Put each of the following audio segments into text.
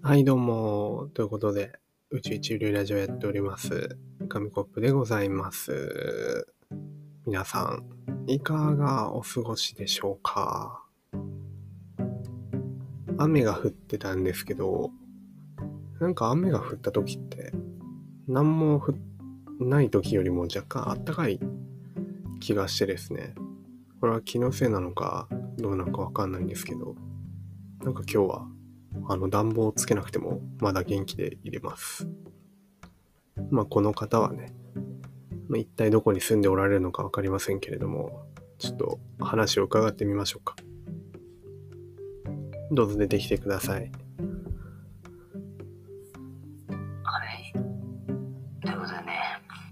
はいどうも、ということで宇宙一流ラジオやっております紙コップでございます。皆さんいかがお過ごしでしょうか。雨が降ってたんですけど、なんか雨が降った時って何も降ない時よりも若干あったかい気がしてですね、これは気のせいなのかどうなのかわかんないんですけど、なんか今日は暖房をつけなくてもまだ元気でいれます。この方はね、一体どこに住んでおられるのかわかりませんけれども、ちょっと話を伺ってみましょうか。どうぞ出てきてください。 はい。ということでね、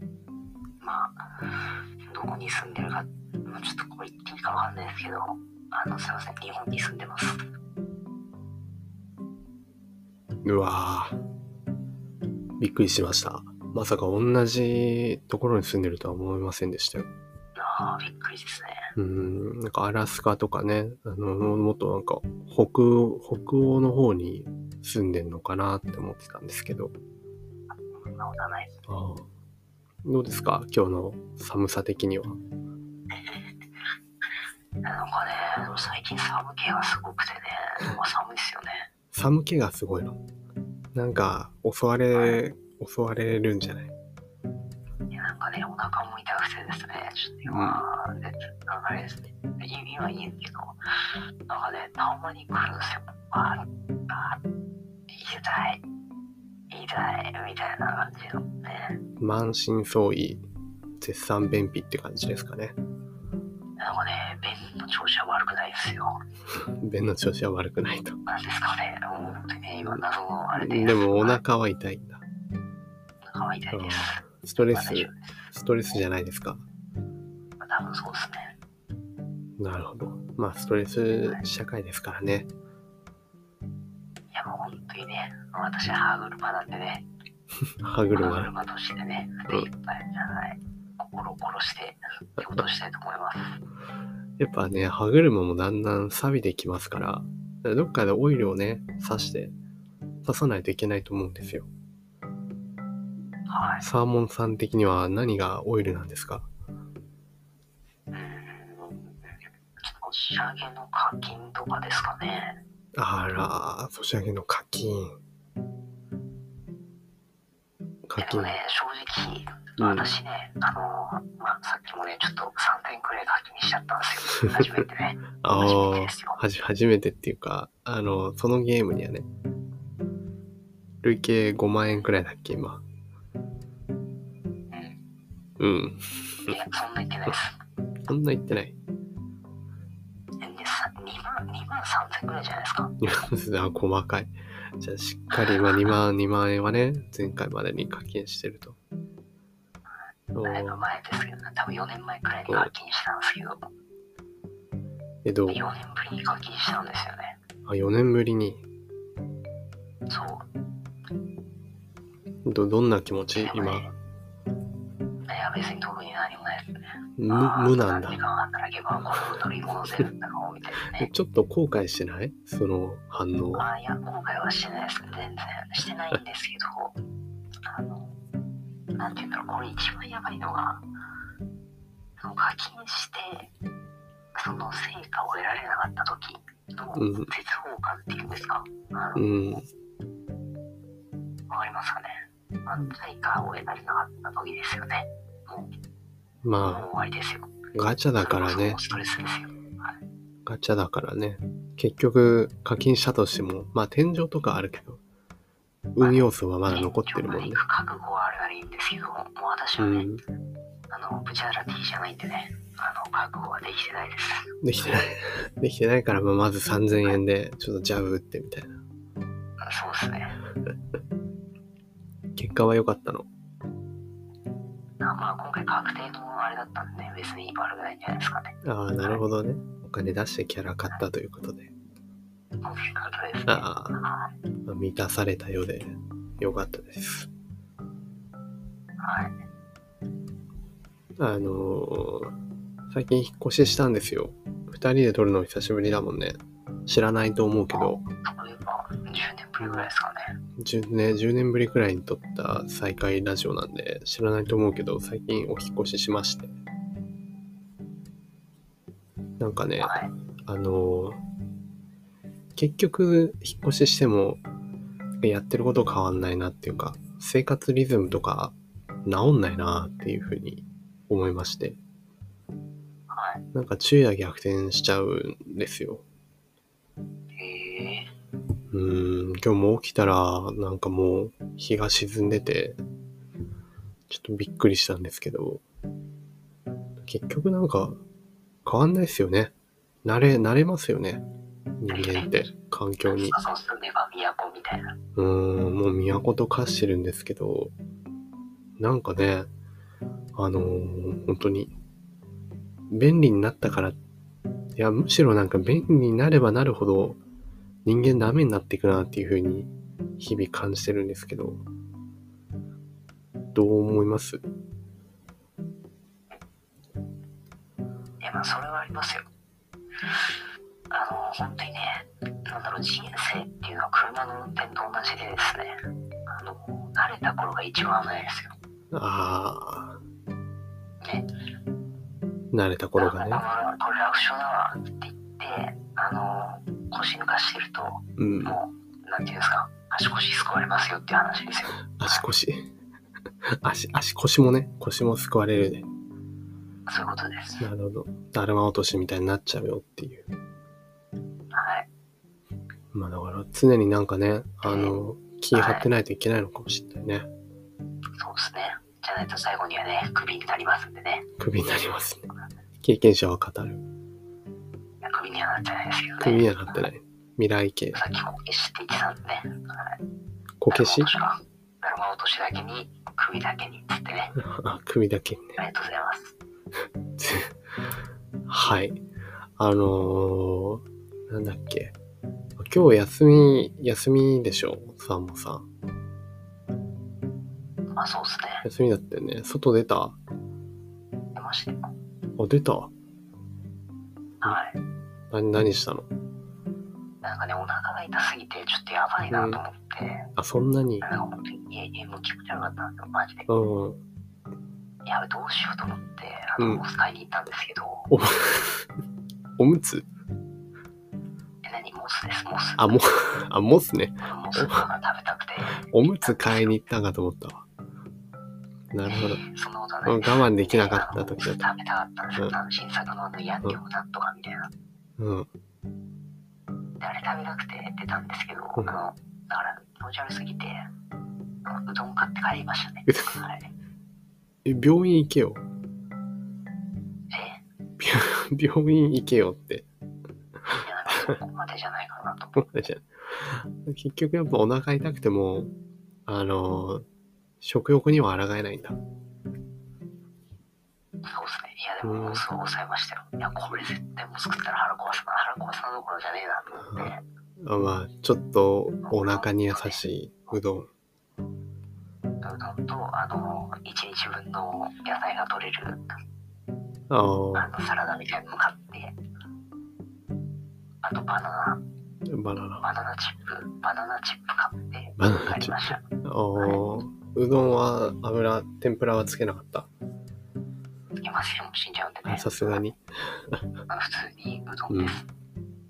どこに住んでるか、ちょっとこう言っていいかわかんないですけど、すいません、日本に住んでます。 うわー、びっくりしました。まさか同じところに住んでるとは思いませんでしたよ。 びっくりですね。 なんかアラスカとかね、もっとなんか北欧の方に住んでんのかなって思ってたんですけど。 そんなことはないです。 どうですか、今日の寒さ的には。 なんかね、最近寒気がすごくてね、寒いですよね。 寒気がすごいの。なんか襲われるんじゃない？ いや、なんかね、お腹も痛くてですね、ちょっと今、なんかあれですね、今いいんですけど、なんかね、たまに来るんですよ。痛い、みたいな感じのね。 満身創痍、絶賛便秘って感じですかね。 なんかね、便の調子は悪くないですよ。 便の調子は悪くないと。 なんですかね、もう本当にね、今謎のあれで。 でもお腹は痛いんだ。 お腹は痛いです。 ストレスじゃないですか。 多分そうですね。 なるほど。ストレス社会ですからね。 いやもう本当にね、私は歯車なんでね。 歯車としてね、精一杯じゃない。心を殺して仕事したいと思います。 やっぱね、歯車もだんだん錆びてきますから、どっかでオイルをね、刺さないといけないと思うんですよ。 はい。 サーモンさん的には何がオイルなんですか？ 仕上げの課金とかですかね。 あら、ソシャゲの課金。 でもね、正直、私ね、さっきもね、ちょっと3点くらい課金しちゃったんですよ。初めてね。初めてですよ。 初めてっていうか、そのゲームにはね、累計5万円くらいだっけ、今。 いや、そんな言ってないです。 そんな言ってない。 2万3000くらいじゃないですか。 細かい。じゃあしっかり2万円はね、前回までに課金してると。 だいぶ前ですけどね、多分4年前くらいに課金したんですけど。4年ぶりに課金したんですよね。 4年ぶりに。 そう。 どんな気持ち、今？ いや、別に特に何もないですね。 無なんだ。 時間働けばこれを取り戻せるんだろうみたいなね。 ちょっと後悔してない？その反応。 いや、後悔はしてないです。全然してないんですけど、なんていうんだろう、これ一番やばいのが、その課金して、その成果を得られなかった時の絶望感っていうんですか。わかりますかね。成果を得られなかった時ですよね。もう終わりですよ。 ガチャだからね。 ストレスですよ。 ガチャだからね。結局課金したとしても、天井とかあるけど、運要素はまだ残ってるもんね。 覚悟はあるならいいんですけど、もう私はね、ブチャラティじゃないんでね、覚悟はできてないです。 できてないから、まず3000円でちょっとジャブ打ってみたいな。 そうですね。 結果は良かったの？ 今回確定のあれだったんでね、別に悪くないんじゃないですかね。 なるほどね。お金出してキャラ買ったということで。満たされたようで良かったです。 はい。 最近引っ越ししたんですよ。2人で撮るの久しぶりだもんね。知らないと思うけど。 そういえば10年ぶぶりぐらいですかね。 10年ぶりくらいに撮った再開ラジオなんで知らないと思うけど、最近お引越ししまして。なんかね、 はい。 結局引っ越ししてもやってること変わんないなっていうか、生活リズムとか治んないなっていうふうに思いまして、 はい。 なんか昼夜逆転しちゃうんですよ。 へえ。 今日も起きたらなんかもう日が沈んでて、ちょっとびっくりしたんですけど、結局なんか変わんないですよね。慣れますよね。人間って環境に。 そう住めば都みたいな。 もう都と化してるんですけど、なんかね、本当に便利になったから、いや、むしろなんか便利になればなるほど人間ダメになっていくなっていう風に日々感じてるんですけど、どう思います？ いや、まあ、それはありますよ。本当にね、人生っていうのは車の運転と同じでですね、慣れた頃が一番危ないですよ。 あね。 慣れた頃がね。 これ楽勝だわって言って、腰抜かしてると、もう、なんていうんですか、足腰救われますよっていう話ですよ。 足腰。足腰もね、腰も救われるね。 そういうことです。 なるほど。だるま落としみたいになっちゃうよっていう。 はい。 まあだから常になんかね、気張ってないといけないのかもしれないね。 そうですね。じゃないと最後にはね、クビになりますんでね。 クビになりますね。経験者は語る。 クビにはなってないですけどね。 クビにはなってない。未来系。 さっきこけしって言ってたんでね。はい。 こけし？ だるま落としだけに、首だけにっつってね。 あ、首だけにね。 ありがとうございます。 はい。なんだっけ。今日休みでしょ、サンモさん。 まあそうですね。 休みだったよね。外出た？ 出ましたよ。 あ、出た？ はい。 何したの？ なんかね、お腹が痛すぎて、ちょっとやばいなと思って。 あ、そんなに？ なんか本当に、もう気持ち悪かったんですよ、マジで。やべ、どうしようと思って、お使いに行ったんですけど。 おむつ？ モスです、モス。 モスね。 モスが食べたくて。 おむつ買いに行ったんかと思ったわ。なるほど。 そんなことはない。 我慢できなかった時だった。 食べたかったんですよ。新作のヤンニョムなんとかみたいな。で、あれ食べたくて出たんですけど、だから気持ち悪すぎて、うどん買って帰りましたね。はい、 病院行けよ。病院行けよって。 そこまでじゃないかなと思って。 結局やっぱお腹痛くても、食欲には抗えないんだ。 そうですね。いやでももうすぐ抑えましたよ。いや、これ絶対もう作ったら腹壊すどころじゃねえなと思って。 まあ、ちょっとお腹に優しいうどん。 うどんと、1日分の野菜が取れる、サラダみたいなの買って、あとバナナチップ買って帰りました。 うどんは天ぷらはつけなかった？ つけますよ、死んじゃうんでね。 さすがに。 普通にうどんです。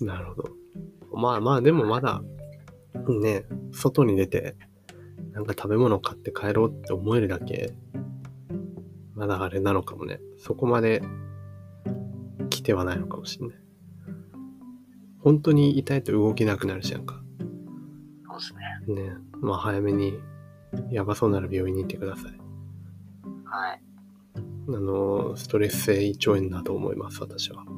なるほど。まあでもまだね、外に出てなんか食べ物買って帰ろうって思えるだけ、まだあれなのかもね。そこまで来てはないのかもしれない。本当に痛いと動けなくなるじゃんか。 そうですね。 ね、まあ早めにやばそうなら病院に行ってください。 はい。 ストレス性胃腸炎だと思います、私は。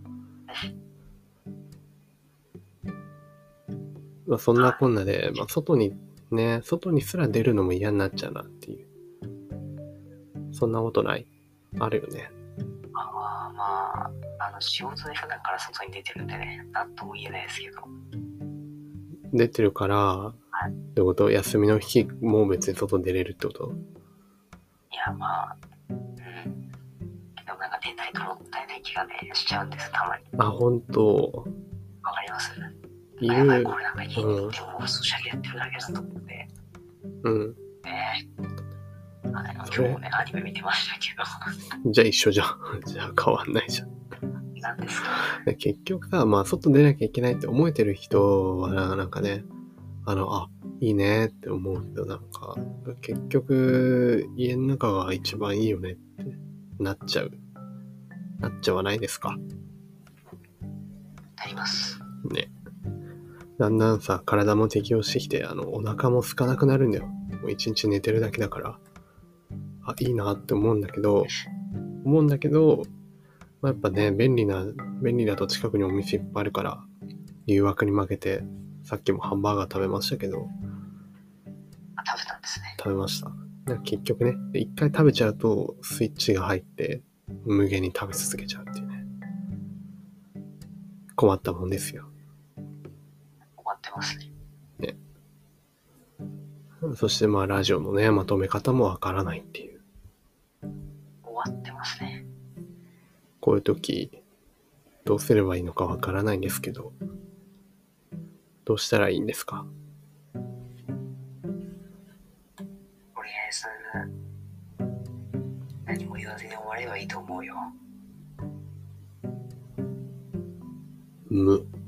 まあそんなこんなで、まあ外にすら出るのも嫌になっちゃうなっていう。そんなことない？あるよね。 まあ、仕事で普段から外に出てるんでね、なんとも言えないですけど。 出てるから、ってこと？休みの日も別に外出れるってこと？ いや、まあ、でもなんか出ないともったいない気がね、しちゃうんです、たまに。 あ、ほんと。 わかります？ いやばい、 る。 これなんか家に行ってもソシャゲやってるだけだと思って。 うん。 今日もね、アニメ見てましたけど。 じゃあ一緒じゃん。じゃあ変わんないじゃん。 なんですか？ 結局さ、まあ外出なきゃいけないって思えてる人はなんかね、いいねって思うけど、なんか結局家の中が一番いいよねってなっちゃわないですか？ なります。 ね。だんだんさ、体も適応してきて、お腹も空かなくなるんだよ。もう一日寝てるだけだから。いいなって思うんだけど、まあ、やっぱね、便利だと近くにお店いっぱいあるから、誘惑に負けて、さっきもハンバーガー食べましたけど。 食べたんですね。 食べました。結局ね、一回食べちゃうとスイッチが入って、無限に食べ続けちゃうっていうね。困ったもんですよ。 困ってますね。 ね。そしてまあラジオのね、まとめ方もわからないっていう。 終わってますね。 こういう時、どうすればいいのかわからないんですけど、どうしたらいいんですか？ とりあえず、何も言わずに終わればいいと思うよ。 無。